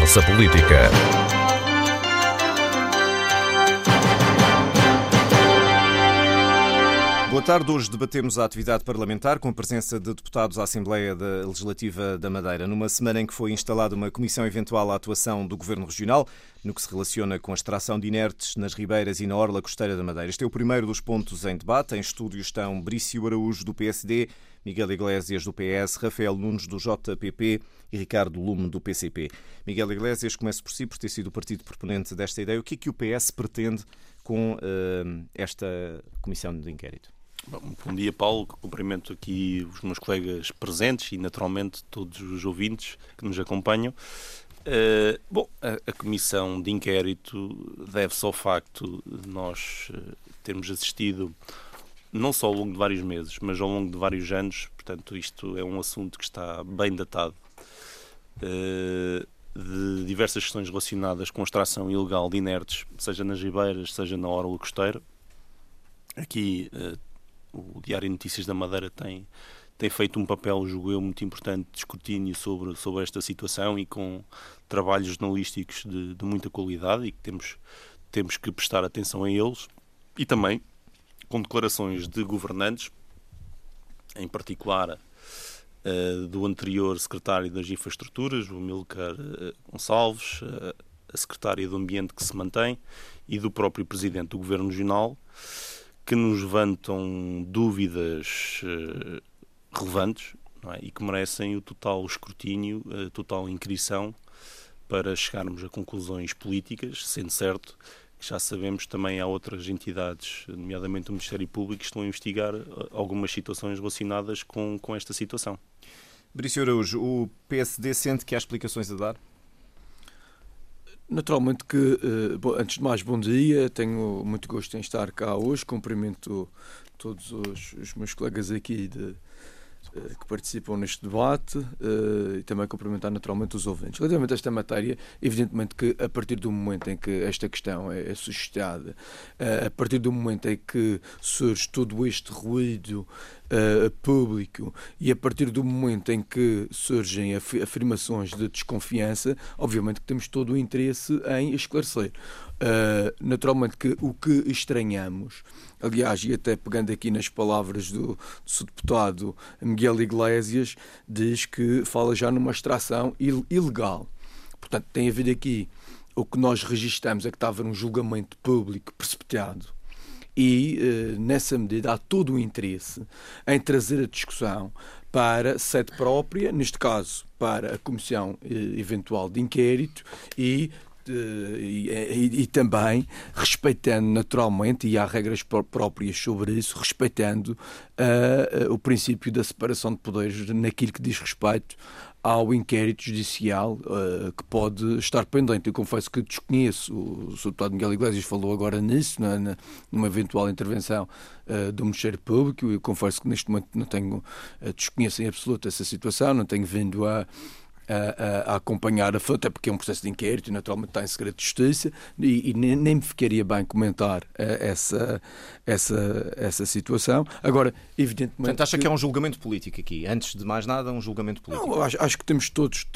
Conversa Política. Boa tarde. Hoje debatemos a atividade parlamentar com a presença de deputados à Assembleia Legislativa da Madeira, numa semana em que foi instalada uma comissão eventual à atuação do Governo Regional, no que se relaciona com a extração de inertes nas ribeiras e na orla costeira da Madeira. Este é o primeiro dos pontos em debate. Em estúdio estão Brício Araújo, do PSD, Miguel Iglesias, do PS, Rafael Nunes, do JPP e Ricardo Lume, do PCP. Miguel Iglesias, começo por si, por ter sido o partido proponente desta ideia. O que é que o PS pretende com esta comissão de inquérito? Bom dia, Paulo. Cumprimento aqui os meus colegas presentes e, naturalmente, todos os ouvintes que nos acompanham. A comissão de inquérito deve-se ao facto de nós termos assistido, não só ao longo de vários meses, mas ao longo de vários anos, portanto, isto é um assunto que está bem datado, de diversas questões relacionadas com a extração ilegal de inertes, seja nas ribeiras, seja na orla costeira. Aqui o Diário de Notícias da Madeira tem feito um papel, julgo eu, muito importante de escrutínio sobre esta situação e com trabalhos jornalísticos de muita qualidade e que temos que prestar atenção a eles, e também com declarações de governantes, em particular do anterior secretário das Infraestruturas, o Amílcar Gonçalves, a secretária do Ambiente que se mantém, e do próprio presidente do Governo Regional, que nos levantam dúvidas relevantes, não é? E que merecem o total escrutínio, a total inquirição, para chegarmos a conclusões políticas, sendo certo que já sabemos também há outras entidades, nomeadamente o Ministério Público, que estão a investigar algumas situações relacionadas com esta situação. Brício Araújo, o PSD sente que há explicações a dar? Naturalmente que, antes de mais, bom dia, tenho muito gosto em estar cá hoje, cumprimento todos os meus colegas aqui que participam neste debate e também cumprimentar naturalmente os ouvintes. Relativamente a esta matéria, evidentemente que a partir do momento em que esta questão é suscitada, a partir do momento em que surge todo este ruído público e a partir do momento em que surgem afirmações de desconfiança, obviamente que temos todo o interesse em esclarecer. Naturalmente que o que estranhamos, aliás, e até pegando aqui nas palavras do seu deputado Miguel Iglesias, diz que fala já numa extração ilegal. Portanto, tem havido aqui, o que nós registramos é que estava num julgamento público precipitado e, nessa medida, há todo o interesse em trazer a discussão para sede própria, neste caso para a comissão eventual de inquérito e também respeitando naturalmente, e há regras próprias sobre isso, respeitando o princípio da separação de poderes naquilo que diz respeito ao inquérito judicial que pode estar pendente. Eu confesso que desconheço, o Sr. Deputado Miguel Iglesias falou agora nisso, numa eventual intervenção do Ministério Público. Eu confesso que neste momento desconheço em absoluto essa situação, não tenho vindo a acompanhar a fundo, até porque é um processo de inquérito e naturalmente está em segredo de justiça e nem me ficaria bem comentar essa situação. Agora, evidentemente... Portanto, acha que é um julgamento político aqui? Antes de mais nada, um julgamento político? Não, acho que temos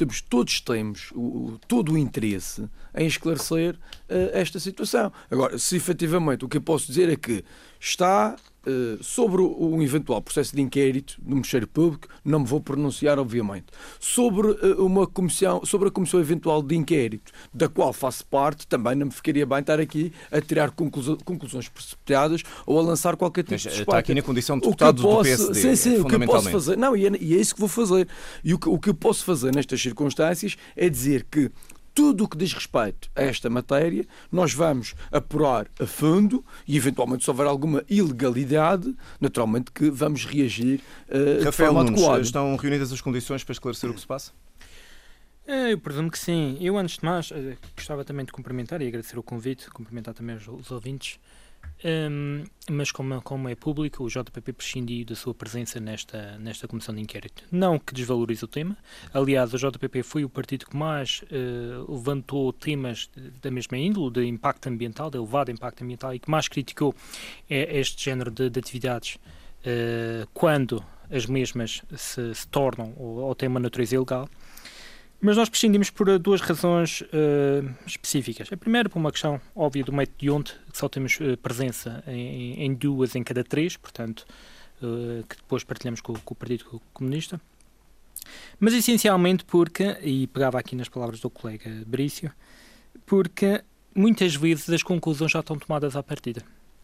todo o interesse em esclarecer esta situação. Agora, se efetivamente o que eu posso dizer é que está... sobre um eventual processo de inquérito do Ministério Público, não me vou pronunciar, obviamente. Sobre a comissão eventual de inquérito, da qual faço parte, também não me ficaria bem estar aqui a tirar conclusões precipitadas ou a lançar qualquer tipo de suspeita. Está aqui na condição de deputado do PSD, sim, o que eu posso fazer, e é isso que vou fazer. E o que eu posso fazer nestas circunstâncias é dizer que tudo o que diz respeito a esta matéria, nós vamos apurar a fundo e, eventualmente, se houver alguma ilegalidade, naturalmente que vamos reagir de forma adequada. Estão reunidas as condições para esclarecer o que se passa? Eu presumo que sim. Eu, antes de mais, gostava também de cumprimentar e agradecer o convite, cumprimentar também os ouvintes, mas como é público, o JPP prescindiu da sua presença nesta comissão de inquérito. Não que desvalorize o tema. Aliás, o JPP foi o partido que mais levantou temas da mesma índole, de impacto ambiental, de elevado impacto ambiental, e que mais criticou este género de atividades quando as mesmas se tornam ou têm uma natureza ilegal. Mas nós prescindimos por duas razões específicas. A primeira, por uma questão óbvia do método de ontem, que só temos presença em 2 em cada 3, portanto, que depois partilhamos com o Partido Comunista. Mas essencialmente porque, e pegava aqui nas palavras do colega Berício, porque muitas vezes as conclusões já estão tomadas à partida.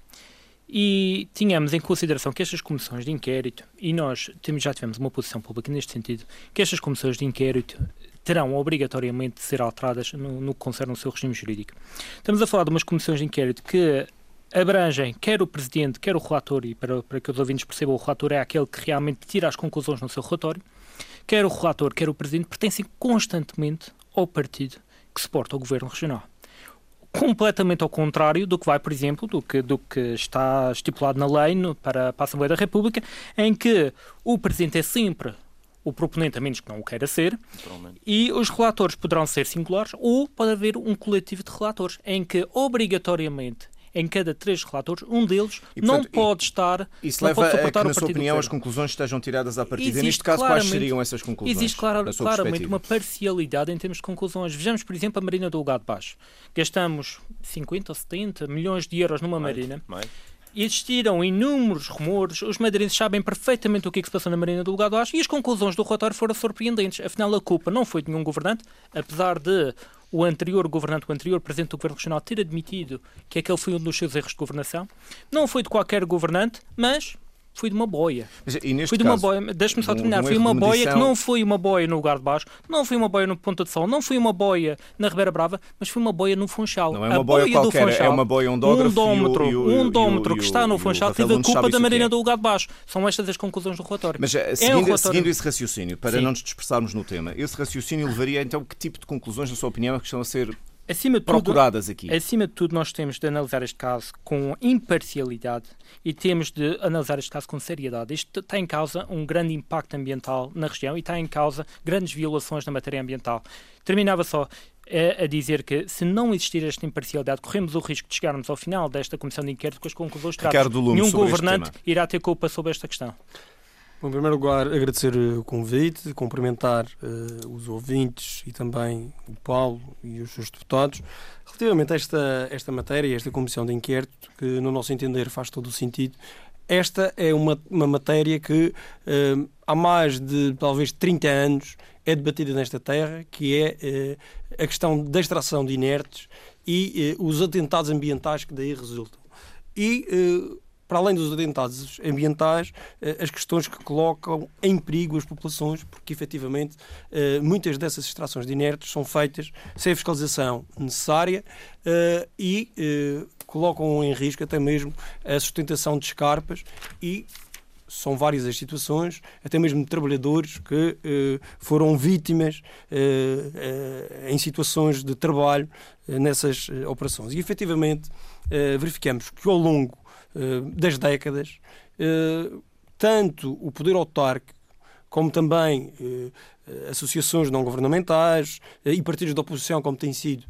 E tínhamos em consideração que estas comissões de inquérito, e nós já tivemos uma posição pública neste sentido, que estas comissões de inquérito terão obrigatoriamente de ser alteradas no que concerne o seu regime jurídico. Estamos a falar de umas comissões de inquérito que abrangem quer o Presidente, quer o relator, e para que os ouvintes percebam, o relator é aquele que realmente tira as conclusões no seu relatório, quer o relator, quer o Presidente, pertencem constantemente ao partido que suporta o Governo Regional. Completamente ao contrário do que vai, por exemplo, do que está estipulado na lei para a Assembleia da República, em que o Presidente é sempre o proponente, a menos que não o queira ser, e os relatores poderão ser singulares ou pode haver um coletivo de relatores, em que obrigatoriamente em cada 3 relatores, um deles não pode estar... Isso leva a que, na sua opinião, as conclusões estejam tiradas à partida. E neste caso, quais seriam essas conclusões? Existe claramente uma parcialidade em termos de conclusões. Vejamos, por exemplo, a Marina do Algado Baixo. Gastamos 50 ou 70 milhões de euros numa marina. Existiram inúmeros rumores, os madeirenses sabem perfeitamente o que se passou na Marina do Algado Baixo e as conclusões do relatório foram surpreendentes. Afinal, a culpa não foi de nenhum governante, apesar de o anterior governante, o anterior presidente do Governo Regional ter admitido que aquele foi um dos seus erros de governação. Não foi de qualquer governante, mas foi de uma boia. Foi de uma boia, deixe-me só terminar, foi uma boia que não foi uma boia no Lugar de Baixo, não foi uma boia no Ponta de Sol, não foi uma boia na Ribeira Brava, mas foi uma boia no Funchal. Não é uma boia qualquer, é uma boia ondógrafo. Um dómetro que está no Funchal teve a culpa da Marina do Lugar de Baixo. São estas as conclusões do relatório. Mas seguindo esse raciocínio, para não nos dispersarmos no tema, esse raciocínio levaria então que tipo de conclusões, na sua opinião, é que estão a ser procuradas aqui? Acima de tudo, nós temos de analisar este caso com imparcialidade e temos de analisar este caso com seriedade. Isto tem em causa um grande impacto ambiental na região e tem em causa grandes violações na matéria ambiental. Terminava só a dizer que, se não existir esta imparcialidade, corremos o risco de chegarmos ao final desta comissão de inquérito com as conclusões tiradas. Nenhum governante irá ter culpa sobre esta questão. Bom, em primeiro lugar, agradecer o convite, cumprimentar os ouvintes e também o Paulo e os seus deputados. Relativamente a esta matéria, esta comissão de inquérito, que no nosso entender faz todo o sentido, esta é uma matéria que há mais de talvez 30 anos é debatida nesta terra, que é a questão da extração de inertes e os atentados ambientais que daí resultam. E para além dos atentados ambientais, as questões que colocam em perigo as populações, porque efetivamente muitas dessas extrações de inertes são feitas sem a fiscalização necessária e colocam em risco até mesmo a sustentação de escarpas e são várias as situações, até mesmo de trabalhadores que foram vítimas em situações de trabalho nessas operações. E efetivamente verificamos que ao longo das décadas, tanto o poder autárquico como também associações não governamentais e partidos da oposição, como tem sido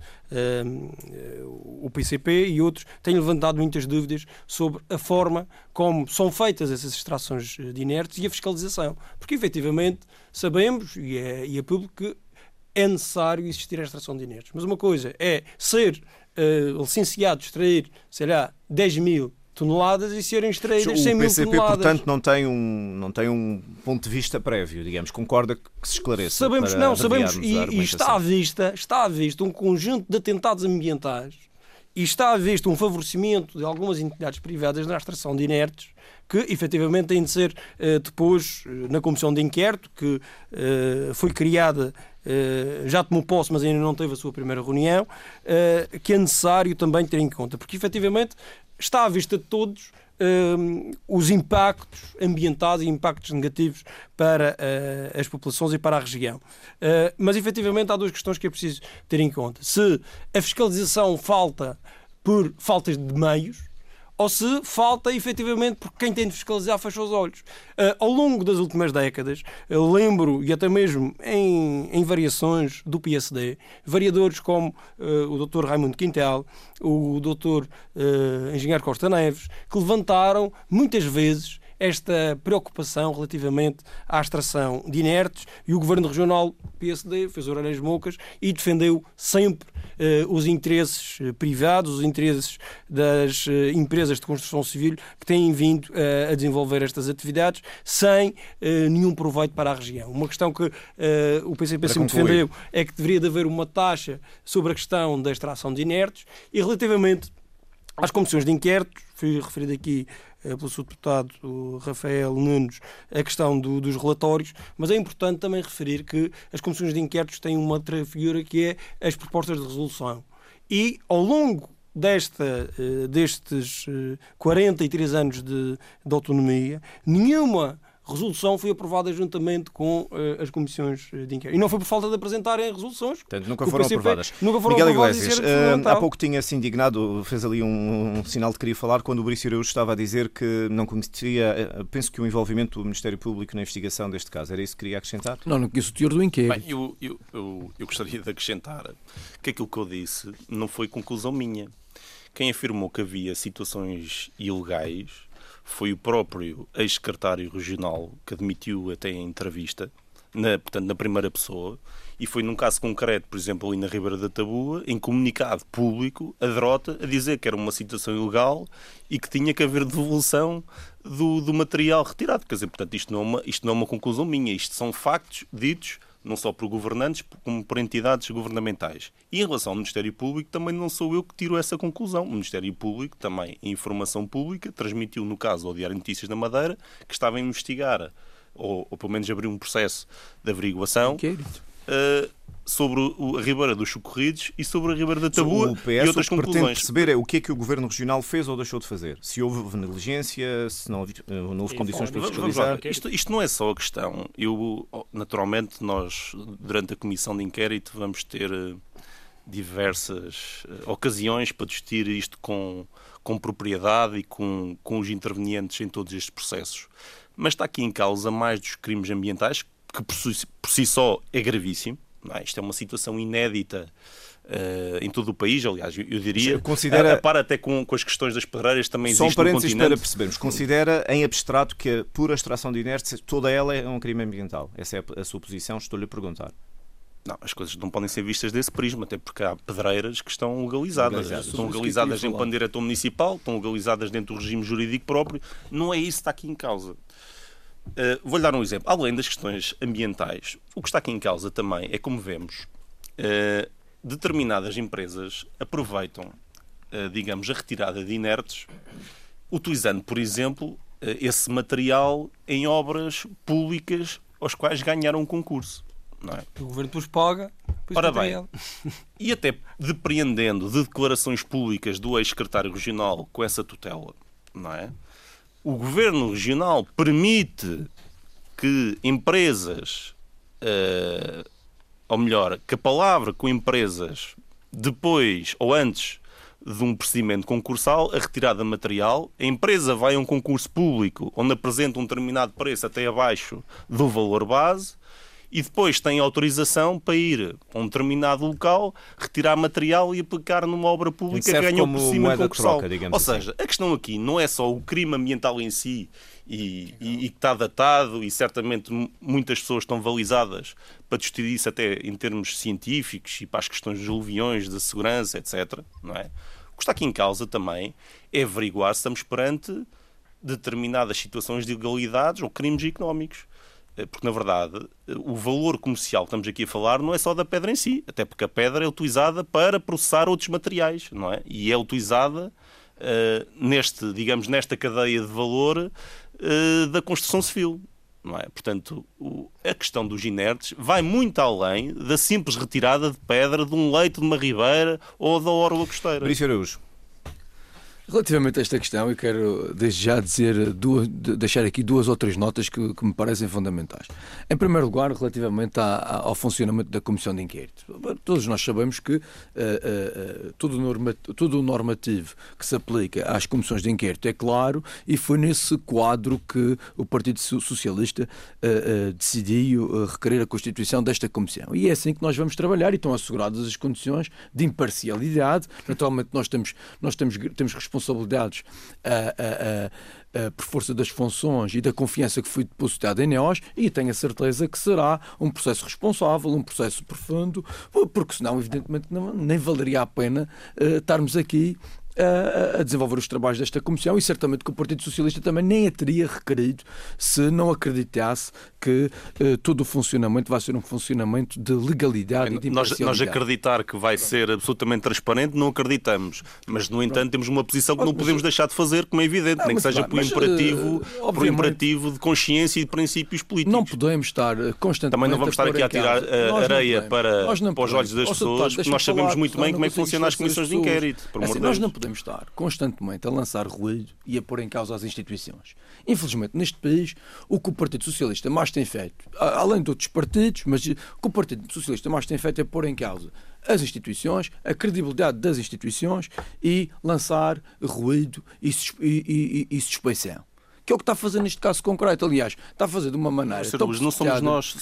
o PCP e outros, têm levantado muitas dúvidas sobre a forma como são feitas essas extrações de inertes e a fiscalização. Porque, efetivamente, sabemos, e é público, que é necessário existir a extração de inertes. Mas uma coisa é ser licenciado, extrair, sei lá, 10 mil toneladas e serem extraídas 100 mil toneladas. O PCP, portanto, não tem um ponto de vista prévio, digamos. Concorda que se esclareça? Sabemos, e está à vista um conjunto de atentados ambientais e está à vista um favorecimento de algumas entidades privadas na extração de inertes que, efetivamente, têm de ser depois, na comissão de inquérito, que foi criada, já tomou posse, mas ainda não teve a sua primeira reunião, que é necessário também ter em conta, porque, efetivamente, está à vista de todos os impactos ambientais e impactos negativos para as populações e para a região. Mas, efetivamente, há duas questões que é preciso ter em conta. Se a fiscalização falta por faltas de meios, ou se falta, efetivamente, porque quem tem de fiscalizar fecha os olhos. Ao longo das últimas décadas, eu lembro, e até mesmo em variações do PSD, variadores como o Dr. Raimundo Quintel, o Dr. Engenheiro Costa Neves, que levantaram, muitas vezes, esta preocupação relativamente à extração de inertes, e o Governo Regional, PSD, fez orelhas mocas e defendeu sempre os interesses privados, os interesses das empresas de construção civil que têm vindo a desenvolver estas atividades sem nenhum proveito para a região. Uma questão que o PCP sempre defendeu é que deveria de haver uma taxa sobre a questão da extração de inertes, e relativamente às comissões de inquérito, foi referido aqui pelo seu deputado Rafael Nunes a questão dos relatórios, mas é importante também referir que as comissões de inquéritos têm uma outra figura que é as propostas de resolução. E ao longo destes 43 anos de autonomia, nenhuma resolução foi aprovada juntamente com as comissões de inquérito. E não foi por falta de apresentarem resoluções. Portanto, nunca foram aprovadas. Miguel Iglesias, há pouco tinha-se indignado, fez ali um sinal de que queria falar, quando o Brício Araújo estava a dizer que não conhecia, penso que o envolvimento do Ministério Público na investigação deste caso. Era isso que queria acrescentar? Não conheço o teor do inquérito. Bem, eu gostaria de acrescentar que aquilo que eu disse não foi conclusão minha. Quem afirmou que havia situações ilegais foi o próprio ex-secretário regional, que admitiu até em entrevista, portanto, na primeira pessoa, e foi num caso concreto, por exemplo, ali na Ribeira da Tabua, em comunicado público, a derrota, a dizer que era uma situação ilegal e que tinha que haver devolução do material retirado. Quer dizer, portanto, isto não é uma conclusão minha, isto são factos ditos não só por governantes, como por entidades governamentais. E em relação ao Ministério Público, também não sou eu que tiro essa conclusão. O Ministério Público, também em informação pública, transmitiu no caso ao Diário de Notícias da Madeira que estava a investigar, ou pelo menos abriu um processo de averiguação sobre a Ribeira dos Socorridos e sobre a Ribeira da Tabua e outras conclusões. Pretende perceber o que é que o Governo Regional fez ou deixou de fazer. Se houve negligência, se não houve condições para fiscalizar. Isto não é só a questão. Naturalmente, nós, durante a Comissão de Inquérito, vamos ter diversas ocasiões para discutir isto com propriedade e com os intervenientes em todos estes processos. Mas está aqui em causa mais dos crimes ambientais, que por si só é gravíssimo. Não é? Isto é uma situação inédita em todo o país, aliás, eu diria, a par até com as questões das pedreiras também existe no continente. Só um parênteses para percebermos. Considera em abstrato que a pura extração de inertes, toda ela é um crime ambiental? Essa é a sua posição, estou-lhe a perguntar. Não, as coisas não podem ser vistas desse prisma, até porque há pedreiras que estão legalizadas. Estão legalizadas em plano diretor municipal, estão legalizadas dentro do regime jurídico próprio. Não é isso que está aqui em causa. Vou-lhe dar um exemplo. Além das questões ambientais, o que está aqui em causa também é, como vemos, determinadas empresas aproveitam, digamos, a retirada de inertes, utilizando, por exemplo, esse material em obras públicas aos quais ganharam um concurso. Não é? O Governo depois paga. Ora bem, e até depreendendo de declarações públicas do ex-secretário regional com essa tutela, não é? O Governo Regional permite que empresas, ou melhor, que a palavra com empresas, depois ou antes de um procedimento concursal, a retirada de material, a empresa vai a um concurso público onde apresenta um determinado preço até abaixo do valor base e depois tem autorização para ir a um determinado local, retirar material e aplicar numa obra pública que ganhou por cima de concursal. Ou seja, a questão aqui não é só o crime ambiental em si e que está datado e certamente muitas pessoas estão balizadas para discutir isso até em termos científicos e para as questões dos aluviões, da segurança, etc. Não é? O que está aqui em causa também é averiguar se estamos perante determinadas situações de ilegalidades ou crimes económicos. Porque, na verdade, o valor comercial que estamos aqui a falar não é só da pedra em si, até porque a pedra é utilizada para processar outros materiais, não é? E é utilizada nesta cadeia de valor da construção civil, não é? Portanto, a questão dos inertes vai muito além da simples retirada de pedra de um leito de uma ribeira ou da orla costeira. Brício Araújo. Relativamente a esta questão, eu quero desde já deixar aqui 2 ou 3 notas que me parecem fundamentais. Em primeiro lugar, relativamente ao funcionamento da Comissão de Inquérito. Todos nós sabemos que todo o normativo que se aplica às comissões de inquérito é claro e foi nesse quadro que o Partido Socialista decidiu requerer a constituição desta comissão. E é assim que nós vamos trabalhar e estão asseguradas as condições de imparcialidade. Naturalmente, nós temos responsabilidade responsabilidades por força das funções e da confiança que foi depositada em nós, e tenho a certeza que será um processo responsável, um processo profundo, porque senão, evidentemente, nem valeria a pena estarmos aqui a desenvolver os trabalhos desta Comissão, e certamente que o Partido Socialista também nem a teria requerido se não acreditasse que todo o funcionamento vai ser um funcionamento de legalidade e de imparcialidade. Nós acreditar que vai ser absolutamente transparente não acreditamos, mas no entanto temos uma posição que não podemos deixar de fazer, como é evidente, nem que seja por imperativo de consciência e de princípios políticos. Não podemos estar constantemente... Também não vamos estar aqui a tirar areia para os olhos das pessoas, porque nós sabemos muito bem como é que funcionam as comissões de inquérito. Nós não podemos estar constantemente a lançar ruído e a pôr em causa as instituições. Infelizmente, neste país, o que o Partido Socialista mais tem feito, além de outros partidos, mas o que o Partido Socialista mais tem feito é pôr em causa as instituições, a credibilidade das instituições e lançar ruído e suspeição. Que é o que está a fazer neste caso concreto. Aliás, está a fazer de uma maneira não somos nós,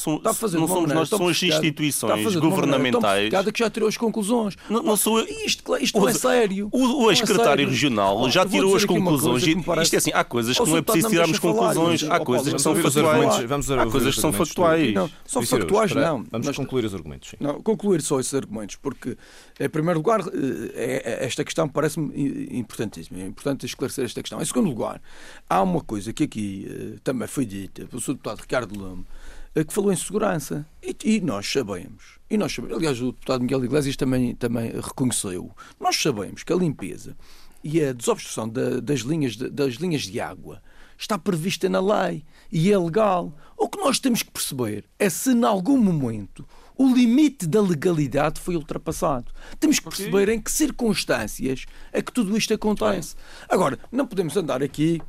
são as instituições governamentais que já tirou as conclusões. Isto não é sério. O ex-secretário regional já tirou as conclusões. Isto é assim, há coisas que não é preciso tirarmos conclusões, há coisas que são factuais. Há coisas que são factuais. São factuais, não. Vamos concluir os argumentos. Não, concluir só esses argumentos, porque, em primeiro lugar, esta questão parece-me importantíssima. É importante esclarecer esta questão. Em segundo lugar, há uma coisa que aqui também foi dita pelo Sr. Deputado Ricardo Lume, que falou em segurança. E nós sabemos. Aliás, o Deputado Miguel Iglesias também reconheceu. Nós sabemos que a limpeza e a desobstrução das linhas de água está prevista na lei e é legal. O que nós temos que perceber é se, em algum momento, o limite da legalidade foi ultrapassado. Temos que perceber em que circunstâncias é que tudo isto acontece. Agora, não podemos andar aqui...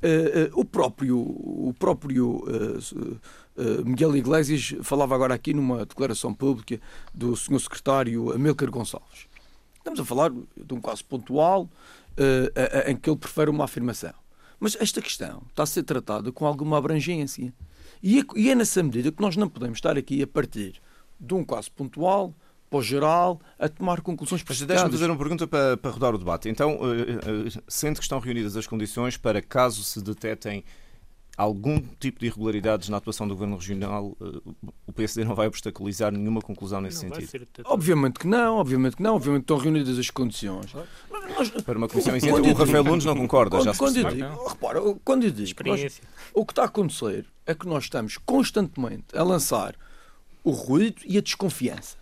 O próprio Miguel Iglesias falava agora aqui numa declaração pública do Sr. Secretário Amílcar Gonçalves. Estamos a falar de um caso pontual em que ele prefere uma afirmação. Mas esta questão está a ser tratada com alguma abrangência. E é nessa medida que nós não podemos estar aqui a partir de um caso pontual, para o geral, a tomar conclusões precipitadas. Deixa-me fazer uma pergunta para rodar o debate. Então, sendo que estão reunidas as condições para, caso se detetem algum tipo de irregularidades na atuação do Governo Regional, o PSD não vai obstaculizar nenhuma conclusão nesse sentido? Obviamente que não. Obviamente estão reunidas as condições. Para uma comissão iniciativa, o Rafael Nunes não concorda. Quando eu digo, o que está a acontecer é que nós estamos constantemente a lançar o ruído e a desconfiança.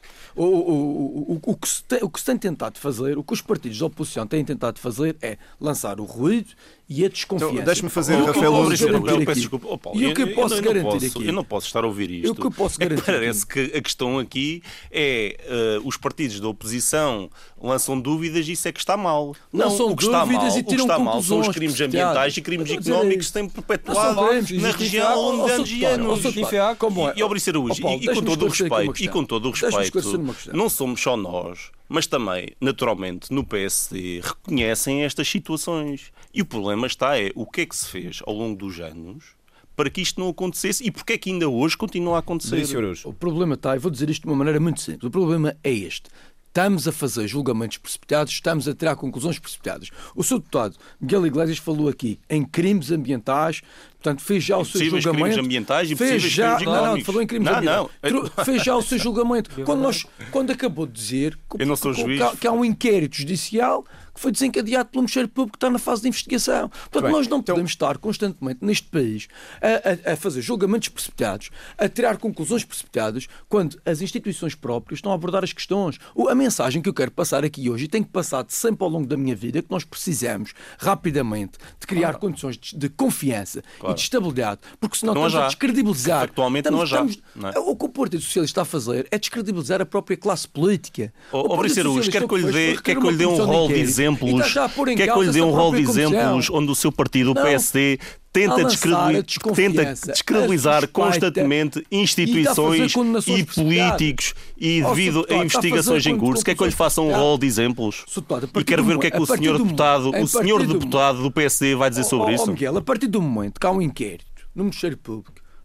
O que se tem tentado fazer, o que os partidos da oposição têm tentado fazer é lançar o ruído e a desconfiança. Então, deixe-me fazer, Rafael Nunes. E o que eu posso garantir aqui? Eu não posso estar a ouvir isto. O que eu posso garantir parece que a questão aqui é os partidos da oposição lançam dúvidas e isso é que está mal. Não, o que está mal, e tiram conclusões são os crimes ambientais e crimes económicos que se têm perpetuado na região ao longo de anos e anos. E Obrice Araújo, e com todo o respeito, não somos só nós, mas também, naturalmente, no PSD reconhecem estas situações. E o problema está o que é que se fez ao longo dos anos para que isto não acontecesse e porque é que ainda hoje continua a acontecer. O problema está, e vou dizer isto de uma maneira muito simples, o problema é este. Estamos a fazer julgamentos precipitados, estamos a tirar conclusões precipitadas. O Sr. Deputado Miguel Iglesias falou aqui em crimes ambientais, portanto, fez já o seu julgamento. Crimes ambientais e crimes económicos. Não, falou em crimes ambientais. Fez já o seu julgamento. Quando acabou de dizer que há um inquérito judicial que foi desencadeado pelo Ministério Público que está na fase de investigação. Portanto, nós não podemos estar constantemente neste país a fazer julgamentos precipitados, a tirar conclusões precipitadas, quando as instituições próprias estão a abordar as questões. A mensagem que eu quero passar aqui hoje, e tenho passado sempre ao longo da minha vida, é que nós precisamos, rapidamente, de criar condições de confiança e de estabilidade, porque senão estamos a descredibilizar. Atualmente não há. O que o Partido Socialista está a fazer é descredibilizar a própria classe política. Obrice Araújo, quer que eu lhe dê um rol de exemplos? Quer que eu lhe dê um rol de exemplos onde o seu partido, o PSD, tenta descredibilizar constantemente instituições e políticos e devido a investigações em curso? Quer que eu lhe faça um rol de exemplos? E quero ver o que é que o senhor deputado do PSD vai dizer sobre isso. Miguel, a partir do momento que há um inquérito no Ministério Público,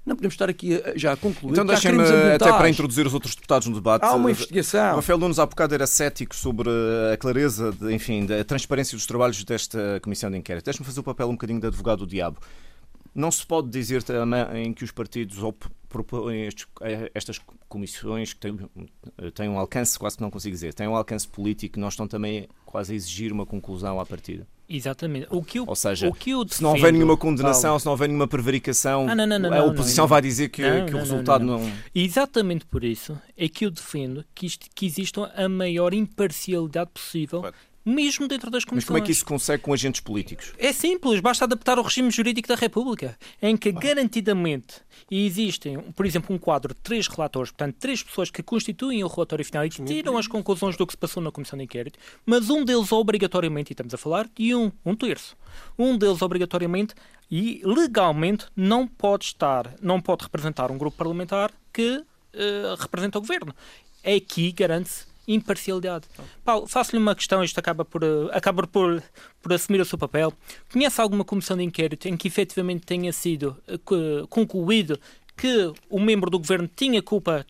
Não podemos estar aqui já a concluir. Então deixem-me, até para introduzir os outros deputados no debate. Há uma investigação. Rafael Nunes há bocado era cético sobre a clareza, da transparência dos trabalhos desta comissão de inquérito. Deixe-me fazer o papel um bocadinho de advogado do diabo. Não se pode dizer também que os partidos propõem estas comissões que têm um alcance, quase que não consigo dizer, têm um alcance político, não estão também quase a exigir uma conclusão à partida. Exatamente. Ou seja, defendo, se não houver nenhuma condenação, se não houver nenhuma prevaricação, a oposição vai dizer que o resultado não... Exatamente por isso é que eu defendo que exista a maior imparcialidade possível, mesmo dentro das comissões. Mas como é que isso se consegue com agentes políticos? É simples, basta adaptar o regime jurídico da República, em que garantidamente existem, por exemplo, um quadro de 3 relatores, portanto 3 pessoas que constituem o relatório final e que tiram as conclusões do que se passou na comissão de inquérito, mas um deles obrigatoriamente, e estamos a falar de um terço, um deles obrigatoriamente e legalmente não pode representar um grupo parlamentar que representa o governo. Aqui garante-se imparcialidade. Paulo, faço-lhe uma questão, isto acaba por assumir o seu papel. Conhece alguma comissão de inquérito em que efetivamente tenha sido concluído que o membro do governo tinha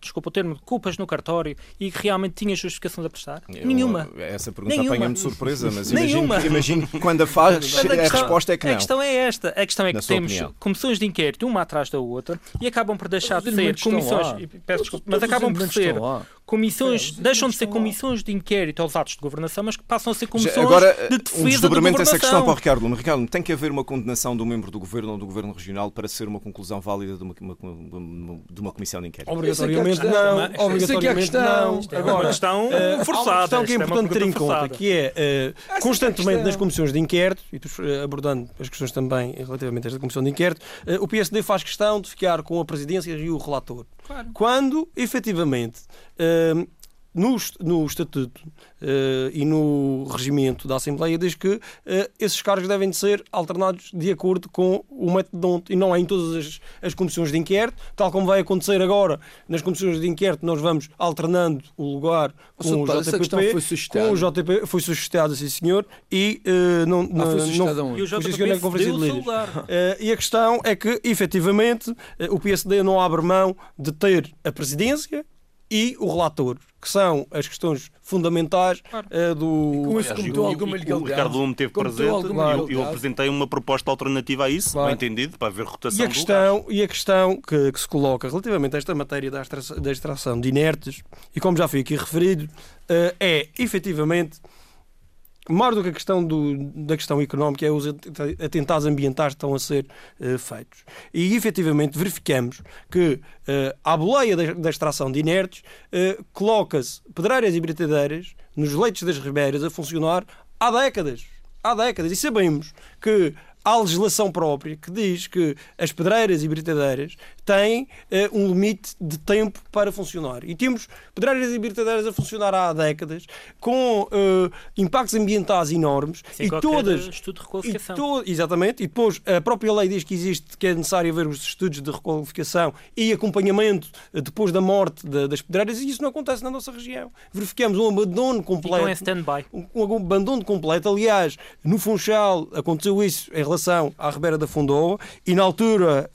culpas no cartório e que realmente tinha justificações a prestar? Nenhuma. Essa pergunta apanha-me de surpresa, mas imagino que quando a faz, a resposta é que não. A questão é esta. A questão é que temos comissões de inquérito, uma atrás da outra, e acabam por deixar de ser comissões... Peço desculpa, mas acabam por ser comissões... Deixam de ser comissões de inquérito aos atos de governação, mas passam a ser comissões de defesa da governação. Essa questão para o Ricardo Luma. Ricardo, tem que haver uma condenação de um membro do governo ou do governo regional para ser uma conclusão válida de uma comissão de inquérito? Obrigatoriamente não. Obrigatoriamente não. Agora, uma questão forçada. Uma questão que é importante ter em conta, que é constantemente nas comissões de inquérito, e abordando as questões também relativamente a esta comissão de inquérito, o PSD faz questão de ficar com a presidência e o relator. Claro. Quando, efetivamente, no Estatuto e no regimento da Assembleia diz que esses cargos devem de ser alternados de acordo com o método e não é em todas as comissões de inquérito, tal como vai acontecer agora. Nas comissões de inquérito nós vamos alternando o lugar com o JPP. Com o JPP foi suscitado, sim senhor, e e o JPP deu o seu lugar. E a questão é que, efetivamente, o PSD não abre mão de ter a presidência e o relator, que são as questões fundamentais do... O Ricardo Luma teve presente e eu apresentei uma proposta alternativa a isso, bem entendido, para haver rotação e a questão que se coloca relativamente a esta matéria da extração de inertes, e como já foi aqui referido, é efetivamente mais do que a questão da questão económica, é os atentados ambientais que estão a ser feitos. E, efetivamente, verificamos que à boleia da extração de inertes coloca-se pedreiras e britadeiras nos leitos das ribeiras a funcionar há décadas. E sabemos que há legislação própria que diz que as pedreiras e britadeiras têm um limite de tempo para funcionar. E temos pedreiras e britadeiras a funcionar há décadas com impactos ambientais enormes. Sem qualquer estudo de requalificação. Exatamente. E depois a própria lei diz que é necessário haver os estudos de requalificação e acompanhamento depois da morte das pedreiras, e isso não acontece na nossa região. Verificamos um abandono completo. Então é stand-by. Um abandono completo. Aliás, no Funchal aconteceu isso em relação à Ribeira da Fondoa, e na altura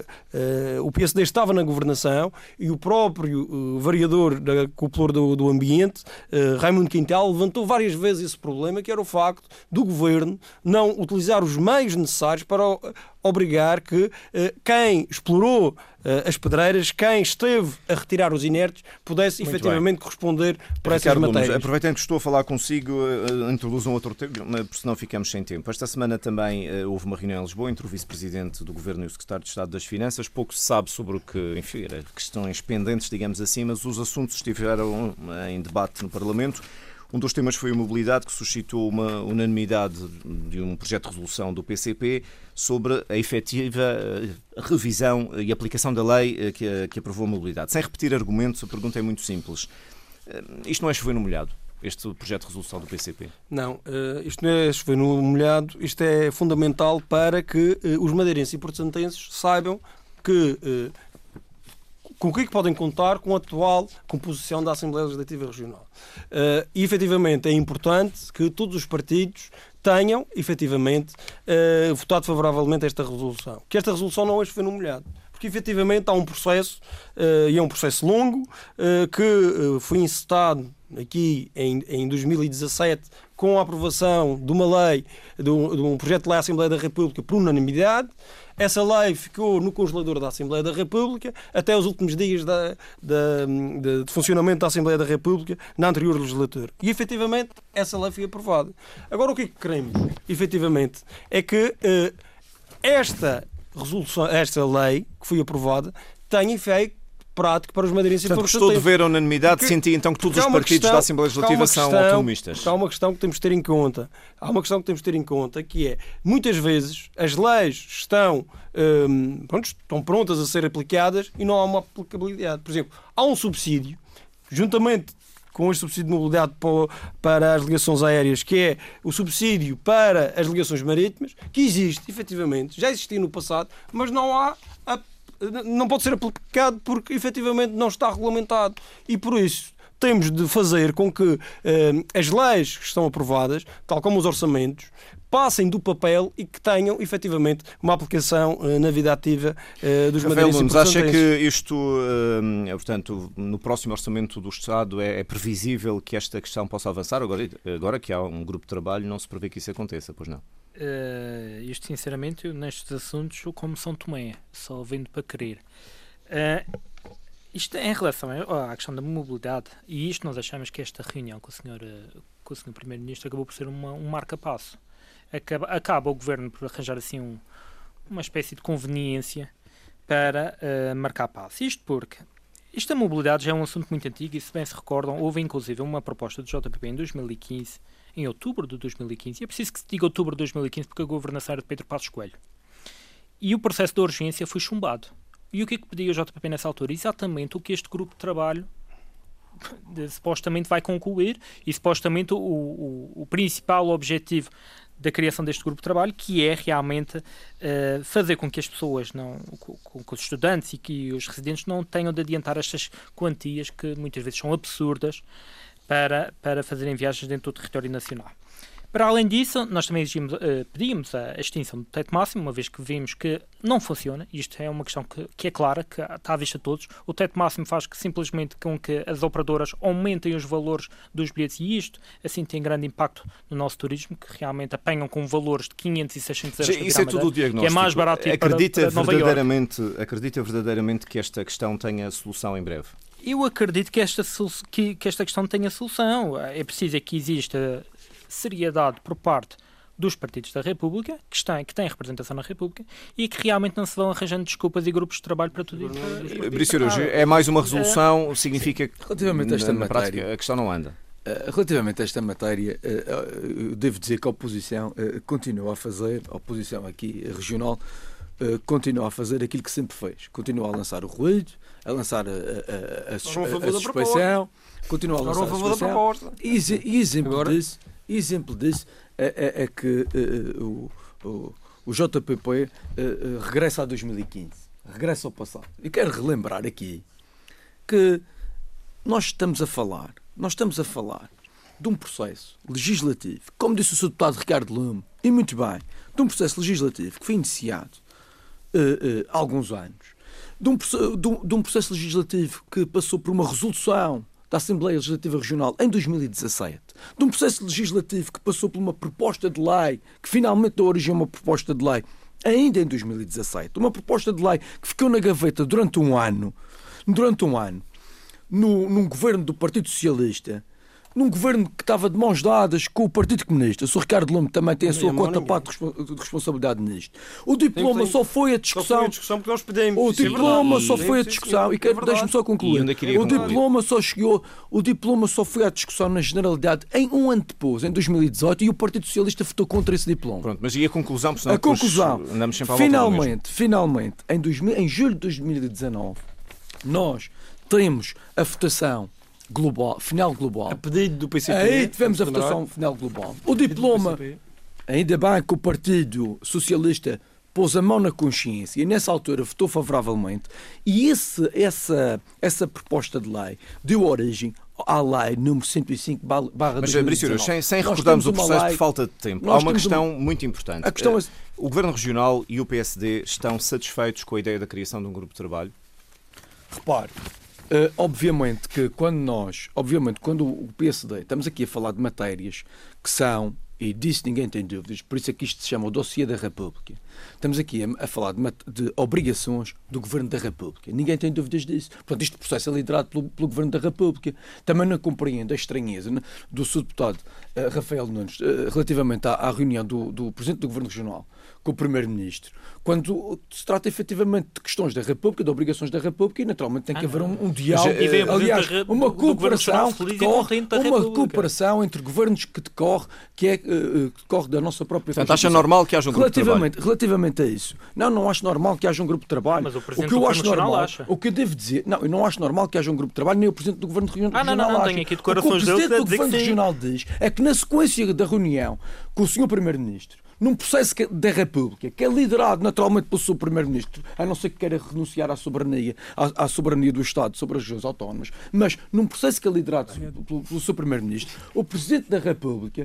o PSD estava na governação e o próprio vereador da Cúpula do Ambiente, Raimundo Quintal, levantou várias vezes esse problema, que era o facto do governo não utilizar os meios necessários para obrigar que quem explorou as pedreiras, quem esteve a retirar os inertes, pudesse efetivamente corresponder por essas matérias. Aproveitando que estou a falar consigo, introduzo um outro tema, porque senão ficamos sem tempo. Esta semana também houve uma reunião em Lisboa entre o Vice-Presidente do Governo e o Secretário de Estado das Finanças. Pouco se sabe sobre o que, enfim, questões pendentes, digamos assim, mas os assuntos estiveram em debate no Parlamento. Um dos temas foi a mobilidade, que suscitou uma unanimidade de um projeto de resolução do PCP sobre a efetiva revisão e aplicação da lei que aprovou a mobilidade. Sem repetir argumentos, a pergunta é muito simples. Isto não é chover no molhado, este projeto de resolução do PCP? Não, isto não é chover no molhado, isto é fundamental para que os madeirenses e portuenses saibam que... com o que podem contar com a atual composição da Assembleia Legislativa Regional. E, efetivamente, é importante que todos os partidos tenham, efetivamente, votado favoravelmente a esta resolução. Que esta resolução não é chover no molhado. porque efetivamente há um processo, e é um processo longo, que foi encetado aqui em 2017 com a aprovação de uma lei, de um projeto de lei à Assembleia da República por unanimidade. Essa lei ficou no congelador da Assembleia da República até os últimos dias de funcionamento da Assembleia da República na anterior legislatura. E, efetivamente, essa lei foi aprovada. Agora, o que é que queremos, efetivamente, é que esta lei que foi aprovada tenha efeito prático para os madeirenses. Portanto, gostou de ver a unanimidade, senti então que todos os partidos da Assembleia Legislativa são autonomistas. Há uma questão que temos de ter em conta. Que é, muitas vezes, as leis estão prontas a ser aplicadas e não há uma aplicabilidade. Por exemplo, há um subsídio, juntamente com este subsídio de mobilidade para as ligações aéreas, que é o subsídio para as ligações marítimas, que existe, efetivamente, já existia no passado, mas não pode ser aplicado porque efetivamente não está regulamentado. E por isso temos de fazer com que as leis que estão aprovadas, tal como os orçamentos, passem do papel e que tenham efetivamente uma aplicação na vida ativa dos madeirenses. Nunes, acha que isto, portanto, no próximo orçamento do Estado é previsível que esta questão possa avançar? Agora que há um grupo de trabalho, não se prevê que isso aconteça, pois não? Isto, sinceramente, nestes assuntos, como São Tomé, só vendo para querer. Isto em relação à questão da mobilidade, e isto nós achamos que esta reunião com o Sr. Primeiro-Ministro acabou por ser um marca-passo. Acaba o Governo por arranjar assim uma espécie de conveniência para marcar passo. Isto porque a mobilidade já é um assunto muito antigo e, se bem se recordam, houve inclusive uma proposta do JPP em 2015, em outubro de 2015, e é preciso que se diga outubro de 2015 porque a governação era de Pedro Passos Coelho. E o processo de urgência foi chumbado. E o que é que pedia o JPP nessa altura? Exatamente o que este grupo de trabalho supostamente vai concluir e supostamente o principal objetivo da criação deste grupo de trabalho, que é realmente fazer com que as pessoas, com os estudantes e que os residentes não tenham de adiantar estas quantias que muitas vezes são absurdas para fazerem viagens dentro do território nacional. Para além disso, nós também pedimos a extinção do teto máximo, uma vez que vimos que não funciona. Isto é uma questão que é clara, que está à vista de todos. O teto máximo faz simplesmente com que as operadoras aumentem os valores dos bilhetes e isto, assim, tem grande impacto no nosso turismo, que realmente apanham com valores de 500 e 600 euros. Isso é tudo o diagnóstico. Que é mais barato ir para Nova Iorque. Acredita verdadeiramente que esta questão tenha solução em breve? Eu acredito que esta questão tenha solução. É preciso que exista seriedade por parte dos partidos da República, que têm representação na República, e que realmente não se vão arranjando desculpas e grupos de trabalho para tudo isso. Brício Araújo, é mais uma resolução, significa que relativamente a esta matéria, prática, a questão não anda? Relativamente a esta matéria, eu devo dizer que a oposição continua a fazer, a oposição aqui regional, continua a fazer aquilo que sempre fez. Continua a lançar o ruído, a lançar a suspeição, continua a lançar a suspeição. E exemplo disso é que o JPP regressa a 2015, regressa ao passado. E quero relembrar aqui que nós estamos a falar de um processo legislativo, como disse o Sr. Deputado Ricardo Lume, e muito bem, de um processo legislativo que foi iniciado há alguns anos, de um processo legislativo que passou por uma resolução da Assembleia Legislativa Regional em 2017, de um processo legislativo que passou por uma proposta de lei, que finalmente deu origem a uma proposta de lei ainda em 2017, uma proposta de lei que ficou na gaveta durante um ano, num governo do Partido Socialista, num governo que estava de mãos dadas com o Partido Comunista. O Sr. Ricardo Lume também tem a sua cota parte de responsabilidade nisto. O diploma só foi a discussão. Porque nós pedimos. O diploma só foi a discussão. E deixe-me só concluir. O diploma só foi à discussão na generalidade em um ano depois, em 2018, e o Partido Socialista votou contra esse diploma. Pronto, mas e a conclusão? A conclusão, finalmente, em julho de 2019, nós temos a votação final global. A pedido do PCP. Aí tivemos a votação final global. O diploma, ainda bem que o Partido Socialista pôs a mão na consciência e nessa altura votou favoravelmente, e essa proposta de lei deu origem à lei número 105/2019. Mas, Brício, sem recordarmos o processo por falta de tempo, há uma questão muito importante. A questão é... O Governo Regional e o PSD estão satisfeitos com a ideia da criação de um grupo de trabalho? Repare, obviamente quando o PSD, estamos aqui a falar de matérias que são, e disso ninguém tem dúvidas, por isso é que isto se chama o dossiê da República. Estamos aqui a falar de obrigações do Governo da República. Ninguém tem dúvidas disso. Portanto, este processo é liderado pelo Governo da República. Também não compreendo a estranheza do Sr. Deputado Rafael Nunes relativamente à reunião do Presidente do Governo Regional com o Primeiro-Ministro, quando se trata efetivamente de questões da República, de obrigações da República, e naturalmente tem que haver um diálogo, aliás, uma cooperação entre governos que decorre da nossa própria Portanto, acha normal que haja um grupo de trabalho? Relativamente a isso, não acho normal que haja um grupo de trabalho. Mas o Presidente do Governo Regional acha. O que eu devo dizer, eu não acho normal que haja um grupo de trabalho, nem o Presidente do Governo Regional não, acha. tenho aqui O que o Presidente do Governo Regional diz é que na sequência da reunião com o Sr. Primeiro-Ministro, num processo da República, que é liderado naturalmente pelo seu Primeiro-Ministro, a não ser que queira renunciar à soberania do Estado sobre as regiões autónomas, mas num processo que é liderado pelo seu Primeiro-Ministro, o Presidente da República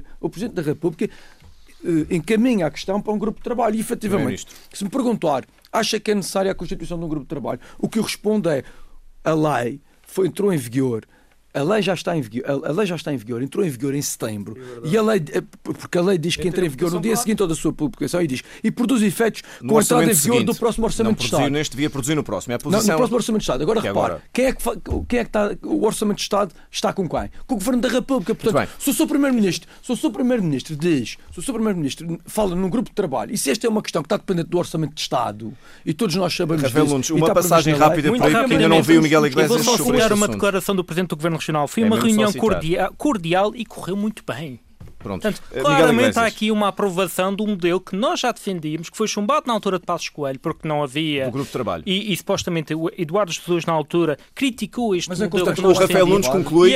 encaminha a questão para um grupo de trabalho. E, efetivamente, se me perguntar, acha que é necessária a constituição de um grupo de trabalho? O que eu respondo é, a lei entrou em vigor. A lei já está em vigor, entrou em vigor em setembro, porque a lei diz que entra em vigor no dia seguinte ou da sua publicação e produz efeitos com a entrada em vigor do próximo Orçamento de Estado. Neste devia produzir no próximo. No próximo Orçamento de Estado. Agora repare, quem é que está, o Orçamento de Estado está com quem? Com o Governo da República. Portanto, se o seu Primeiro-Ministro fala num grupo de trabalho, e se esta é uma questão que está dependente do Orçamento de Estado, e todos nós sabemos disso... Uma passagem rápida por aí, porque ainda não vi o Miguel Iglesias sobre este assunto. Vou só citar uma declaração do Presidente do Governo Regional. Foi uma reunião cordial e correu muito bem. Pronto. Portanto, claramente há aqui uma aprovação do modelo que nós já defendíamos, que foi chumbado na altura de Passos Coelho, porque não havia... O grupo de trabalho. E supostamente o Eduardo Jesus, na altura, criticou este modelo que nós defendíamos.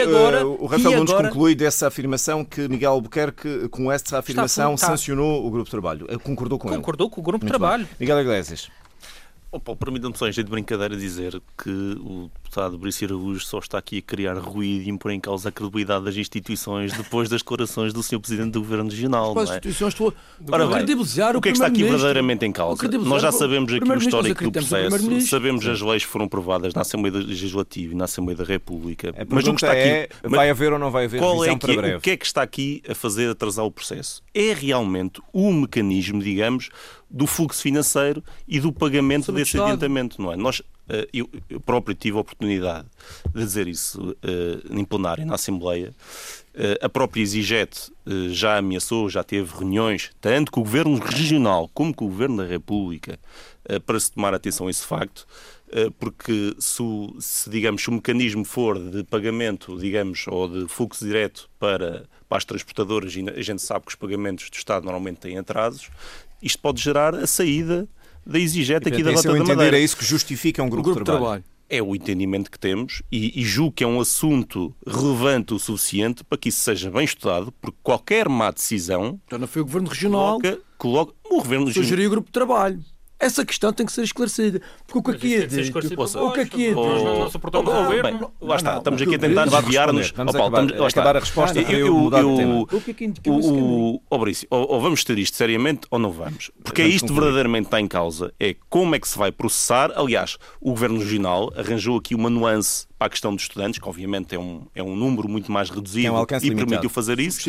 O Rafael Nunes conclui dessa afirmação que Miguel Albuquerque, com essa afirmação, sancionou o grupo de trabalho. Concordou com ele. Concordou com o grupo de trabalho. Bem. Miguel Iglesias. Permita-me só em jeito de brincadeira dizer que o deputado Brício Araújo só está aqui a criar ruído e impor em causa a credibilidade das instituições depois das declarações do Sr. Presidente do Governo Regional. As instituições credibilizar o que é que está aqui verdadeiramente em causa? Nós já sabemos aqui o histórico do processo, sabemos as leis que foram aprovadas na Assembleia Legislativa e na Assembleia da República. Mas o que está aqui, vai haver ou não vai haver revisão para breve? O que é que está aqui a fazer atrasar o processo? É realmente o mecanismo, digamos, do fluxo financeiro e do pagamento desse adiantamento, não é? Eu próprio tive a oportunidade de dizer isso em plenário, na Assembleia. A própria Exiget já ameaçou, já teve reuniões, tanto com o Governo Regional como com o Governo da República, para se tomar atenção a esse facto, porque se o mecanismo for de pagamento, digamos, ou de fluxo direto para as transportadoras, e a gente sabe que os pagamentos do Estado normalmente têm atrasos, isto pode gerar a saída da Exiget aqui da Rota da Madeira. É isso que justifica um grupo de trabalho. É o entendimento que temos e julgo que é um assunto relevante o suficiente para que isso seja bem estudado, porque qualquer má decisão... Já não foi o Governo Regional coloca o Governo Regional... Sugerir o grupo de trabalho. Essa questão tem que ser esclarecida. Porque o que aqui é dito... O que aqui é dito... Nós não suportamos o governo. Lá está, estamos aqui a tentar desviar-nos... Vamos acabar a resposta para eu mudar de tema. O que é que indicou esse caminho? Brício, ou vamos ter isto seriamente ou não vamos. Porque é isto verdadeiramente está em causa. É como é que se vai processar. Aliás, o Governo Regional arranjou aqui uma nuance para a questão dos estudantes, que obviamente é um número muito mais reduzido e permitiu fazer isso,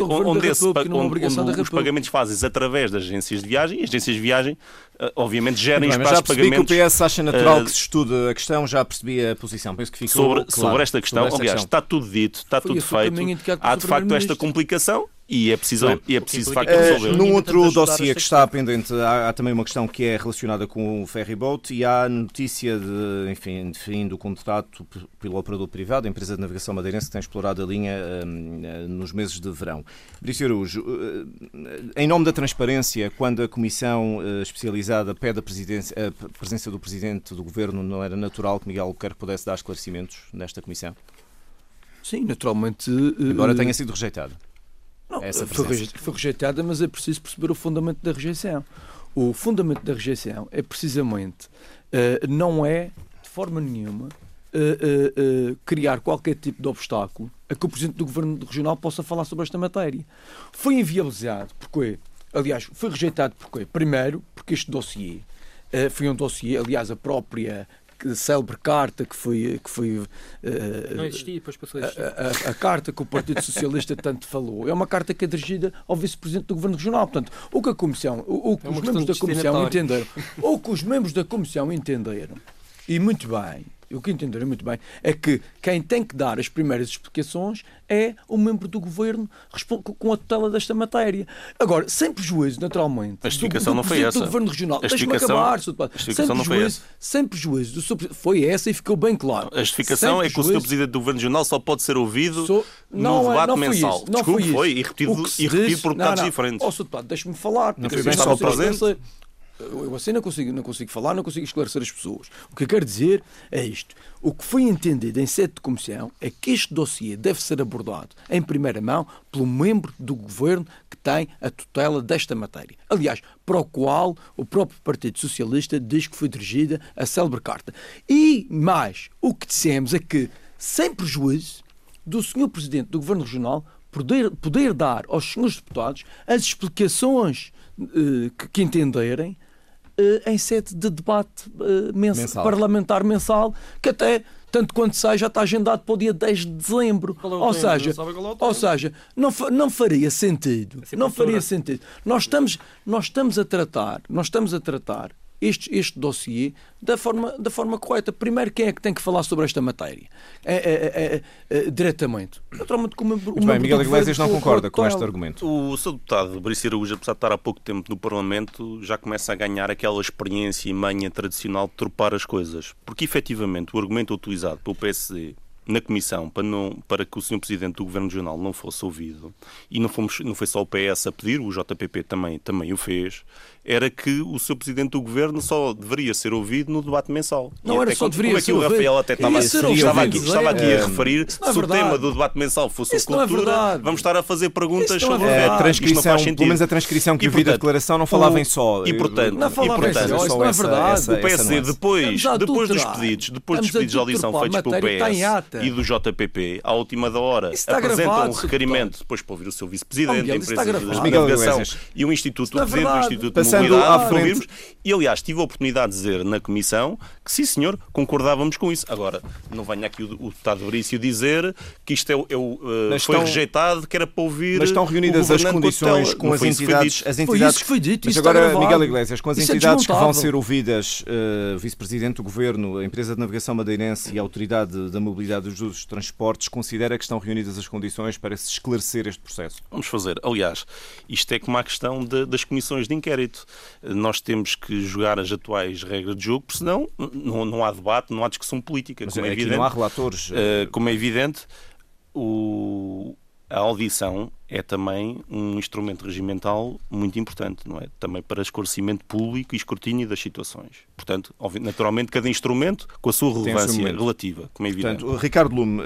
onde os pagamentos fazem através das agências de viagem, e as agências de viagem obviamente gerem espaços de pagamentos. Já percebi que o PS acha natural que se estude a questão, já percebi a posição. Penso que ficou sobre esta questão, aliás, está tudo dito, está tudo feito, há de facto esta complicação. E é preciso de facto resolver. Num outro dossiê que está pendente, há também uma questão que é relacionada com o ferryboat e há notícia de fim do contrato pelo operador privado, a empresa de navegação madeirense que tem explorado a linha nos meses de verão. Brício Araújo, em nome da transparência, quando a Comissão especializada pede a presença do Presidente do Governo, não era natural que Miguel Albuquerque pudesse dar esclarecimentos nesta Comissão? Sim, naturalmente. Embora tenha sido rejeitado. Não, foi rejeitada, mas é preciso perceber o fundamento da rejeição. O fundamento da rejeição é precisamente, não é de forma nenhuma criar qualquer tipo de obstáculo a que o Presidente do Governo Regional possa falar sobre esta matéria. Foi inviabilizado, porque, aliás, foi rejeitado porque, primeiro, porque este dossiê foi um dossiê, aliás, a própria célebre carta que foi não existia, depois passou a existir. A carta que o Partido Socialista tanto falou é uma carta que é dirigida ao Vice-Presidente do Governo Regional. Portanto, o que a Comissão, o que os membros da Comissão entenderam, ou que os membros da Comissão entenderam, e muito bem, o que entenderam muito bem, é que quem tem que dar as primeiras explicações é o membro do Governo com a tutela desta matéria. Agora, sem prejuízo, naturalmente, a explicação não foi essa. Do Governo Regional. Deixa-me acabar, sem prejuízo do seu... Foi essa e ficou bem claro. A justificação é que o Sr. Presidente do Governo Regional só pode ser ouvido no debate mensal. Desculpe, foi e repetido por deputados diferentes. Sr. Deputado, deixe-me falar. Não foi bem só presente. Eu assim não consigo falar, não consigo esclarecer as pessoas. O que eu quero dizer é isto. O que foi entendido em sede de comissão é que este dossiê deve ser abordado em primeira mão pelo membro do Governo que tem a tutela desta matéria. Aliás, para o qual o próprio Partido Socialista diz que foi dirigida a célebre carta. E mais, o que dissemos é que, sem prejuízo do Sr. Presidente do Governo Regional, poder dar aos senhores deputados as explicações que entenderem em sede de debate parlamentar mensal, que até, tanto quanto sei, já está agendado para o dia 10 de dezembro. Ou seja, não faria sentido. Não faria sentido. Nós estamos a tratar este dossiê da forma correta. Primeiro, quem é que tem que falar sobre esta matéria? Diretamente. Naturalmente, muito bem, Miguel Iglesias não concorda com este argumento. O Sr. Deputado Brício Araújo, apesar de estar há pouco tempo no Parlamento, já começa a ganhar aquela experiência e manha tradicional de tropar as coisas. Porque, efetivamente, o argumento utilizado pelo PSD na Comissão para que o Sr. Presidente do Governo Regional não fosse ouvido, e não foi só o PS a pedir, o JPP também o fez, era que o Sr. Presidente do Governo só deveria ser ouvido no debate mensal. Não era só deveria ser ouvido. Como é que o Rafael até estava aqui a referir, se o tema do debate mensal fosse a cultura, vamos estar a fazer perguntas sobre a transcrição, pelo menos a transcrição que eu vi da declaração não falava em só. E portanto, isso não é verdade. O PSD, depois dos pedidos de audição feitos pelo PS e do JPP, à última da hora, apresentam um requerimento depois para ouvir o seu vice-presidente, a empresa de navegação e o Instituto, o presidente do Instituto de Mobilidade. E, aliás, tive a oportunidade de dizer na Comissão que, sim, senhor, concordávamos com isso. Agora, não venha aqui o deputado Brício dizer que isto foi rejeitado, que era para ouvir. Mas estão reunidas as condições com as entidades. Foi isso que foi dito. Mas agora, Miguel Iglesias, com as entidades que vão ser ouvidas, o Vice-Presidente do Governo, a Empresa de Navegação Madeirense e a Autoridade da Mobilidade dos Transportes, considera que estão reunidas as condições para se esclarecer este processo? Vamos fazer. Aliás, isto é como a questão das comissões de inquérito. Nós temos que jogar as atuais regras de jogo, porque senão não há debate, não há discussão política. Mas aqui não há relatores. Como é evidente, a audição é também um instrumento regimental muito importante, não é? Também para esclarecimento público e escrutínio das situações. Portanto, naturalmente, cada instrumento com a sua relevância relativa, como é evidente. Portanto, Ricardo Lume,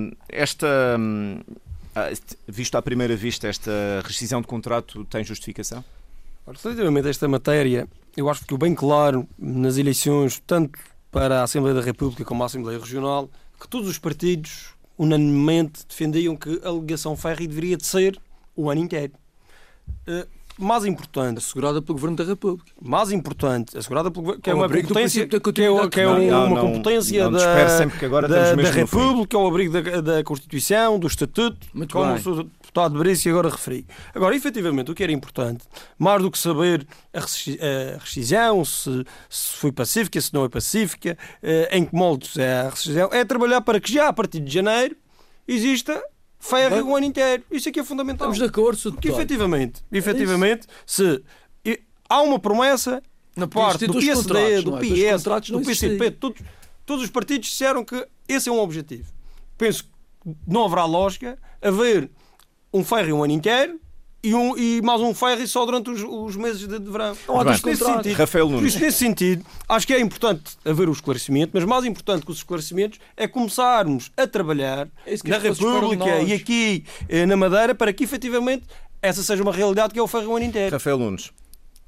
visto à primeira vista, esta rescisão de contrato tem justificação? Relativamente a esta matéria, eu acho que ficou bem claro nas eleições, tanto para a Assembleia da República como a Assembleia Regional, que todos os partidos unanimemente defendiam que a ligação férrea deveria de ser o ano inteiro. Mais importante, assegurada pelo Governo da República. Mais importante, assegurada pelo Governo, que é uma competência uma competência da República, ao abrigo da Constituição, do Estatuto, como o deputado Brício agora referiu. Agora, efetivamente, o que era importante, mais do que saber a rescisão, se foi pacífica, se não é pacífica, em que moldes é a rescisão, é trabalhar para que já a partir de janeiro exista ferro o ano inteiro. Isso aqui é fundamental. Estamos de acordo, porque efetivamente se há uma promessa na parte do PSD, do PS, do PCP, todos os partidos disseram que esse é um objetivo. Penso que não haverá lógica haver um ferro um ano inteiro e mais um ferro só durante os meses de verão. Rafael Nunes. Nesse sentido, acho que é importante haver o esclarecimento, mas mais importante que os esclarecimentos é começarmos a trabalhar na República e aqui na Madeira para que efetivamente essa seja uma realidade, que é o ferro o ano inteiro. Rafael Nunes.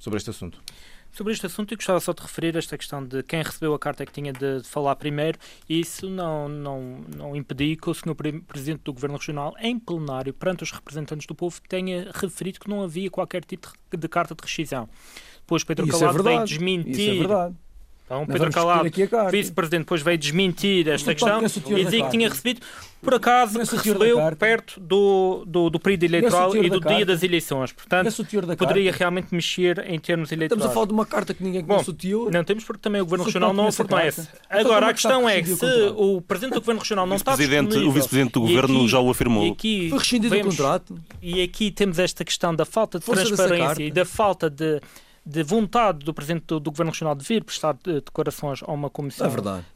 sobre este assunto? Sobre este assunto, eu gostava só de referir esta questão de quem recebeu a carta é que tinha de falar primeiro, e isso não impediu que o Sr. Presidente do Governo Regional, em plenário, perante os representantes do povo, tenha referido que não havia qualquer tipo de carta de rescisão. Depois Pedro Calado veio desmentir. Isso é verdade. Então, Pedro Calado, vice-presidente, depois veio desmentir esta questão e dizia que tinha recebido, por acaso, que recebeu perto do período eleitoral e do dia das eleições. Portanto, poderia realmente mexer em termos eleitorais. Estamos a falar de uma carta que ninguém conhece o teor. Não temos, porque também o Governo Regional não a fornece. Agora, a questão é que se o Presidente do Governo Regional não está disponível... O Vice-Presidente do Governo já o afirmou. Foi rescindido o contrato. E aqui temos esta questão da falta de transparência e da falta de vontade do Presidente do Governo Regional de vir prestar declarações a uma comissão,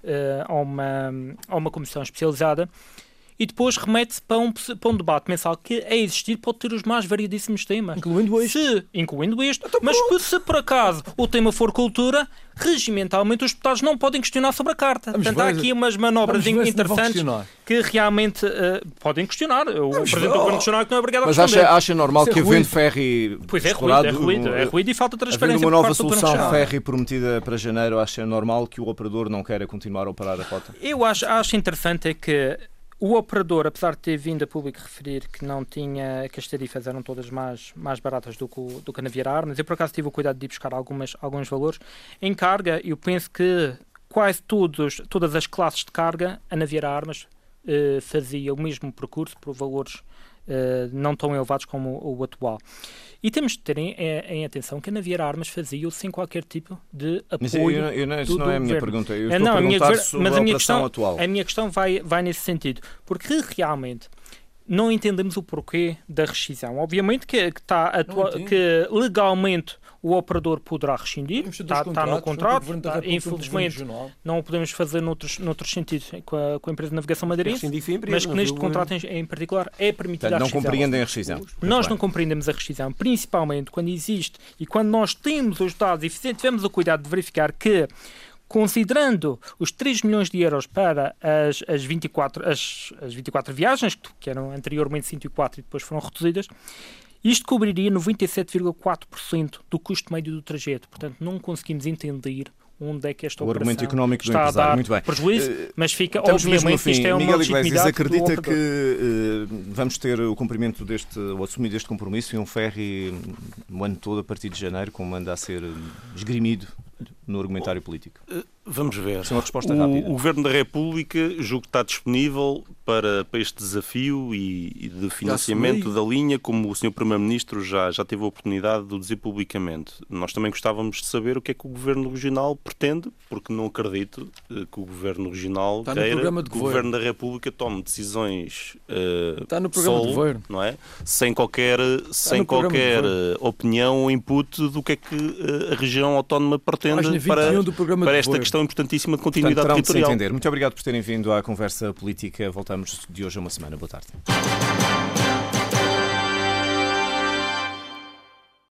a uma comissão especializada, e depois remete-se para um debate mensal que a existir pode ter os mais variadíssimos temas. Incluindo este. Mas se por acaso o tema for cultura, regimentalmente os deputados não podem questionar sobre a carta. Portanto, há aqui umas manobras interessantes que realmente podem questionar. O Presidente do Governo Regional que não é obrigado a responder. Mas acha normal que havendo ferry... Pois é ruído e falta de transparência. Havendo uma nova solução ferry prometida para janeiro, acha normal que o operador não queira continuar a operar a rota? Eu acho interessante é que o operador, apesar de ter vindo a público referir que não tinha, que as tarifas eram todas mais baratas do que a Naviera Armas, eu por acaso tive o cuidado de ir buscar alguns valores. Em carga, eu penso que quase todas as classes de carga, a Naviera Armas fazia o mesmo percurso por valores não tão elevados como o atual. E temos de ter em atenção que a Naviera Armas fazia-o sem qualquer tipo de apoio. Mas isso não é a minha pergunta. Eu estou a perguntar sobre a operação atual. A minha questão vai nesse sentido. Porque realmente não entendemos o porquê da rescisão. Obviamente que legalmente o operador poderá rescindir, está no contrato, infelizmente não o podemos fazer noutros sentidos com a empresa de navegação madeirense, mas que neste contrato em particular é permitida a rescisão. Não compreendem a rescisão. Nós não compreendemos a rescisão, principalmente quando existe e quando nós temos os dados e tivemos o cuidado de verificar que, considerando os 3 milhões de euros para as 24 viagens, que eram anteriormente 104 e depois foram reduzidas, isto cobriria 97,4% do custo médio do trajeto. Portanto, não conseguimos entender onde é que esta operação argumento económico do está a dar muito bem. Prejuízo, mas fica, obviamente, que isto é uma Miguel legitimidade Iglesias acredita que vamos ter o cumprimento o assumir deste compromisso e um ferry o ano todo a partir de janeiro, como anda a ser esgrimido no argumentário político? Vamos ver. Isso é uma resposta rápida. O Governo da República julgo que está disponível para este desafio e de financiamento da linha, como o Sr. Primeiro-Ministro já teve a oportunidade de o dizer publicamente. Nós também gostávamos de saber o que é que o Governo Regional pretende, porque não acredito que o Governo Regional queira que o Governo da República tome decisões está no programa de governo, não é? Sem qualquer opinião ou input do que é que a região autónoma pretende para esta questão importantíssima de continuidade territorial. Muito obrigado por terem vindo à conversa política. Voltamos de hoje a uma semana. Boa tarde.